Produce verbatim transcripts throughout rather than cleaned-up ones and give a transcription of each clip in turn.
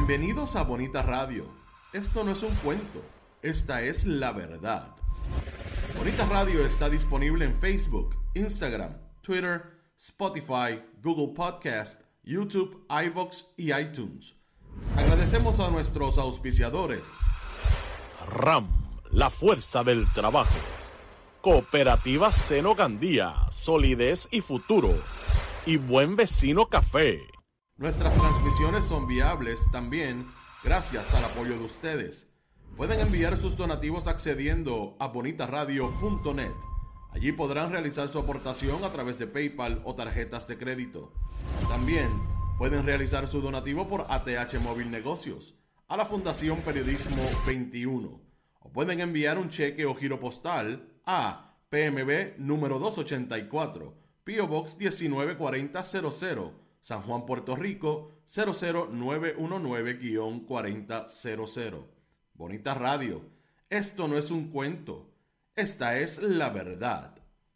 Bienvenidos a Bonita Radio. Esto no es un cuento, esta es la verdad. Bonita Radio está disponible en Facebook, Instagram, Twitter, Spotify, Google Podcast, YouTube, iVoox y iTunes. Agradecemos a nuestros auspiciadores. RAM, la fuerza del trabajo. Cooperativa Seno Gandía, solidez y futuro. Y Buen Vecino Café. Nuestras transmisiones son viables también gracias al apoyo de ustedes. Pueden enviar sus donativos accediendo a bonita radio punto net. Allí podrán realizar su aportación a través de PayPal o tarjetas de crédito. También pueden realizar su donativo por A T H Móvil Negocios a la Fundación Periodismo veintiuno. O pueden enviar un cheque o giro postal a P M B número doscientos ochenta y cuatro, P O Box diecinueve cuarenta cero cero, San Juan, Puerto Rico, cero cero nueve uno nueve cuatro cero cero cero. Bonita Radio. Esto no es un cuento. Esta es la verdad.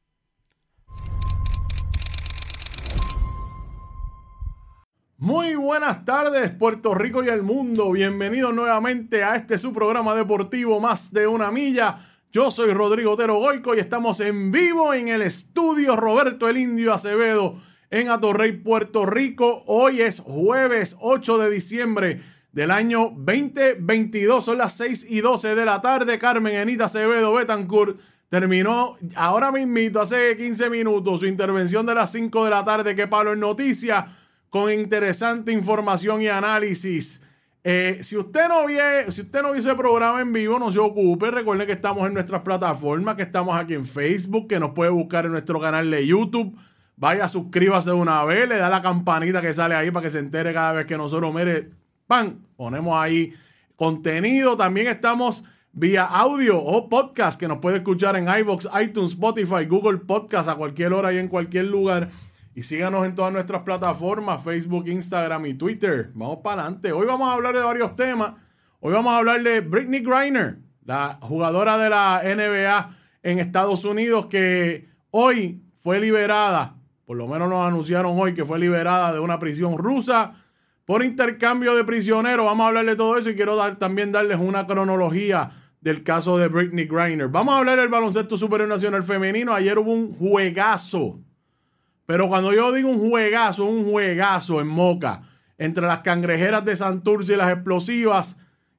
Muy buenas tardes, Puerto Rico y el mundo. Bienvenidos nuevamente a este su programa deportivo Más de una Milla. Yo soy Rodrigo Otero Goico y estamos en vivo en el estudio Roberto el Indio Acevedo en Atorrey, Puerto Rico. Hoy es jueves ocho de diciembre del año veinte veintidós. Son las seis y doce de la tarde. Carmen Enita Acevedo Betancourt terminó ahora mismito, hace quince minutos, su intervención de las cinco de la tarde que Pablo en Noticias, con interesante información y análisis. Eh, si usted no vie, si usted no vio ese programa en vivo, no se ocupe. Recuerde que estamos en nuestras plataformas, que estamos aquí en Facebook, que nos puede buscar en nuestro canal de YouTube. Vaya, suscríbase de una vez, le da la campanita que sale ahí para que se entere cada vez que nosotros, mire, ¡pam!, ponemos ahí contenido. También estamos vía audio o podcast, que nos puede escuchar en iVoox, iTunes, Spotify, Google Podcast, a cualquier hora y en cualquier lugar. Y síganos en todas nuestras plataformas, Facebook, Instagram y Twitter. Vamos para adelante. Hoy vamos a hablar de varios temas. Hoy vamos a hablar de Brittney Griner, la jugadora de la N B A en Estados Unidos, que hoy fue liberada. Por lo menos nos anunciaron hoy que fue liberada de una prisión rusa por intercambio de prisioneros. Vamos a hablar de todo eso y quiero dar, también darles una cronología del caso de Brittney Griner. Vamos a hablar del baloncesto superior nacional femenino. Ayer hubo un juegazo. Pero cuando yo digo un juegazo, un juegazo en Moca, entre las Cangrejeras de Santurce y las Explosivas,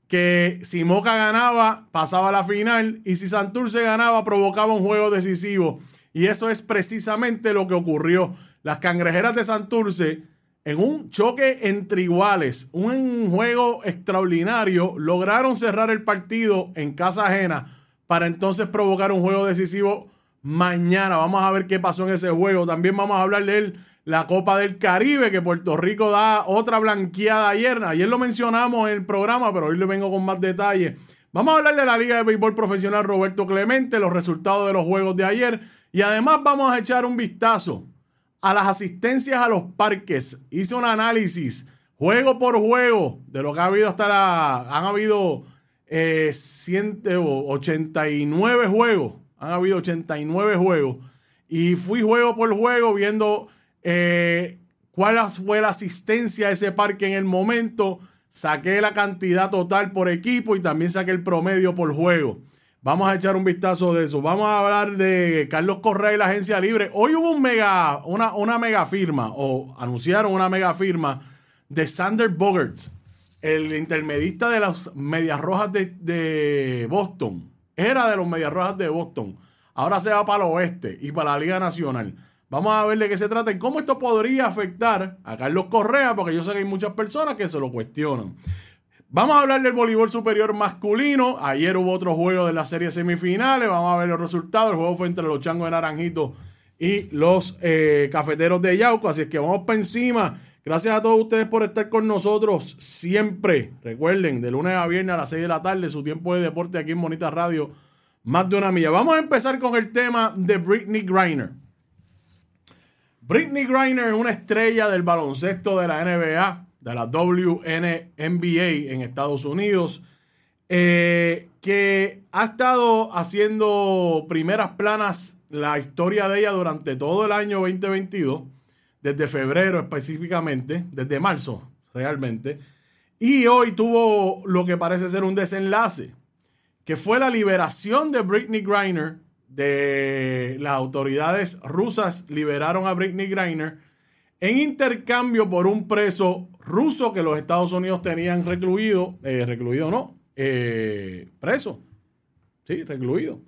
que si Moca ganaba, pasaba a la final, y si Santurce ganaba, provocaba un juego decisivo. Y eso es precisamente lo que ocurrió. Las Cangrejeras de Santurce, en un choque entre iguales, un juego extraordinario, lograron cerrar el partido en casa ajena para entonces provocar un juego decisivo mañana. Vamos a ver qué pasó en ese juego. También vamos a hablar de él, la Copa del Caribe, que Puerto Rico da otra blanqueada ayer. Ayer lo mencionamos en el programa, pero hoy le vengo con más detalles. Vamos a hablar de la Liga de Béisbol Profesional Roberto Clemente, los resultados de los juegos de ayer. Y además vamos a echar un vistazo a las asistencias a los parques. Hice un análisis juego por juego de lo que ha habido hasta la... Han habido eh, ciento ochenta y nueve juegos. Han habido ochenta y nueve juegos. Y fui juego por juego viendo eh, cuál fue la asistencia a ese parque en el momento. Saqué la cantidad total por equipo y también saqué el promedio por juego. Vamos a echar un vistazo de eso. Vamos a hablar de Carlos Correa y la agencia libre. Hoy hubo un mega, una, una mega firma, o anunciaron una mega firma de Xander Bogaerts, el intermedista de las Medias Rojas de, de Boston. Era de los Medias Rojas de Boston. Ahora se va para el oeste y para la Liga Nacional. Vamos a ver de qué se trata y cómo esto podría afectar a Carlos Correa, porque yo sé que hay muchas personas que se lo cuestionan. Vamos a hablar del voleibol superior masculino. Ayer hubo otro juego de la serie semifinales. Vamos a ver los resultados. El juego fue entre los Changos de Naranjito y los eh, Cafeteros de Yauco. Así es que vamos para encima. Gracias a todos ustedes por estar con nosotros siempre. Recuerden, de lunes a viernes a las seis de la tarde, su tiempo de deporte aquí en Bonita Radio, Más de una Milla. Vamos a empezar con el tema de Brittney Griner. Brittney Griner es una estrella del baloncesto de la N B A, de la W N B A en Estados Unidos, eh, que ha estado haciendo primeras planas la historia de ella durante todo el año veinte veintidós, desde febrero específicamente, desde marzo realmente, Y hoy tuvo lo que parece ser un desenlace, que fue la liberación de Brittney Griner. De las autoridades rusas liberaron a Brittney Griner en intercambio por un preso ruso que los Estados Unidos tenían recluido, eh, recluido no, eh, preso, sí, recluido.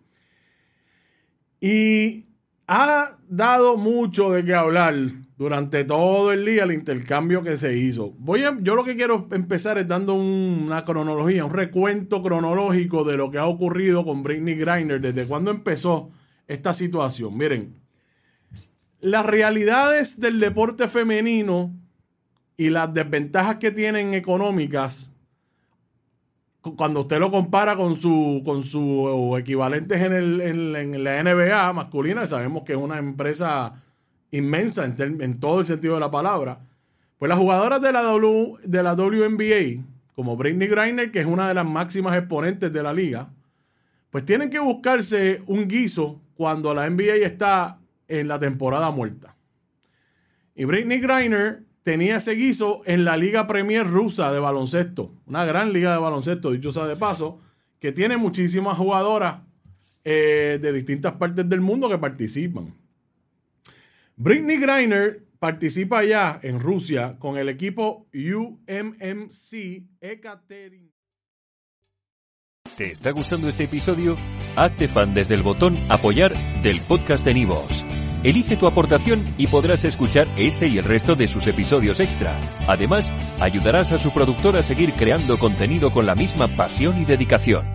Y ha dado mucho de qué hablar durante todo el día el intercambio que se hizo. Voy a, yo lo que quiero empezar es dando un, una cronología, un recuento cronológico de lo que ha ocurrido con Brittney Griner desde cuando empezó esta situación. Miren, las realidades del deporte femenino y las desventajas que tienen económicas, cuando usted lo compara con su con sus equivalentes en, el, en, en la N B A masculina, sabemos que es una empresa inmensa en, ter, en todo el sentido de la palabra. Pues las jugadoras de la, w, de la W N B A, como Brittney Griner, que es una de las máximas exponentes de la liga, pues tienen que buscarse un guiso cuando la N B A está en la temporada muerta. Y Brittney Griner tenía ese guiso en la Liga Premier rusa de baloncesto, una gran liga de baloncesto, dicho sea de paso, que tiene muchísimas jugadoras eh, de distintas partes del mundo que participan. Brittney Griner participa ya en Rusia con el equipo U M M C Ekaterinburg. ¿Te está gustando este episodio? Hazte fan desde el botón Apoyar del podcast de Nivos. Elige tu aportación y podrás escuchar este y el resto de sus episodios extra. Además, ayudarás a su productor a seguir creando contenido con la misma pasión y dedicación.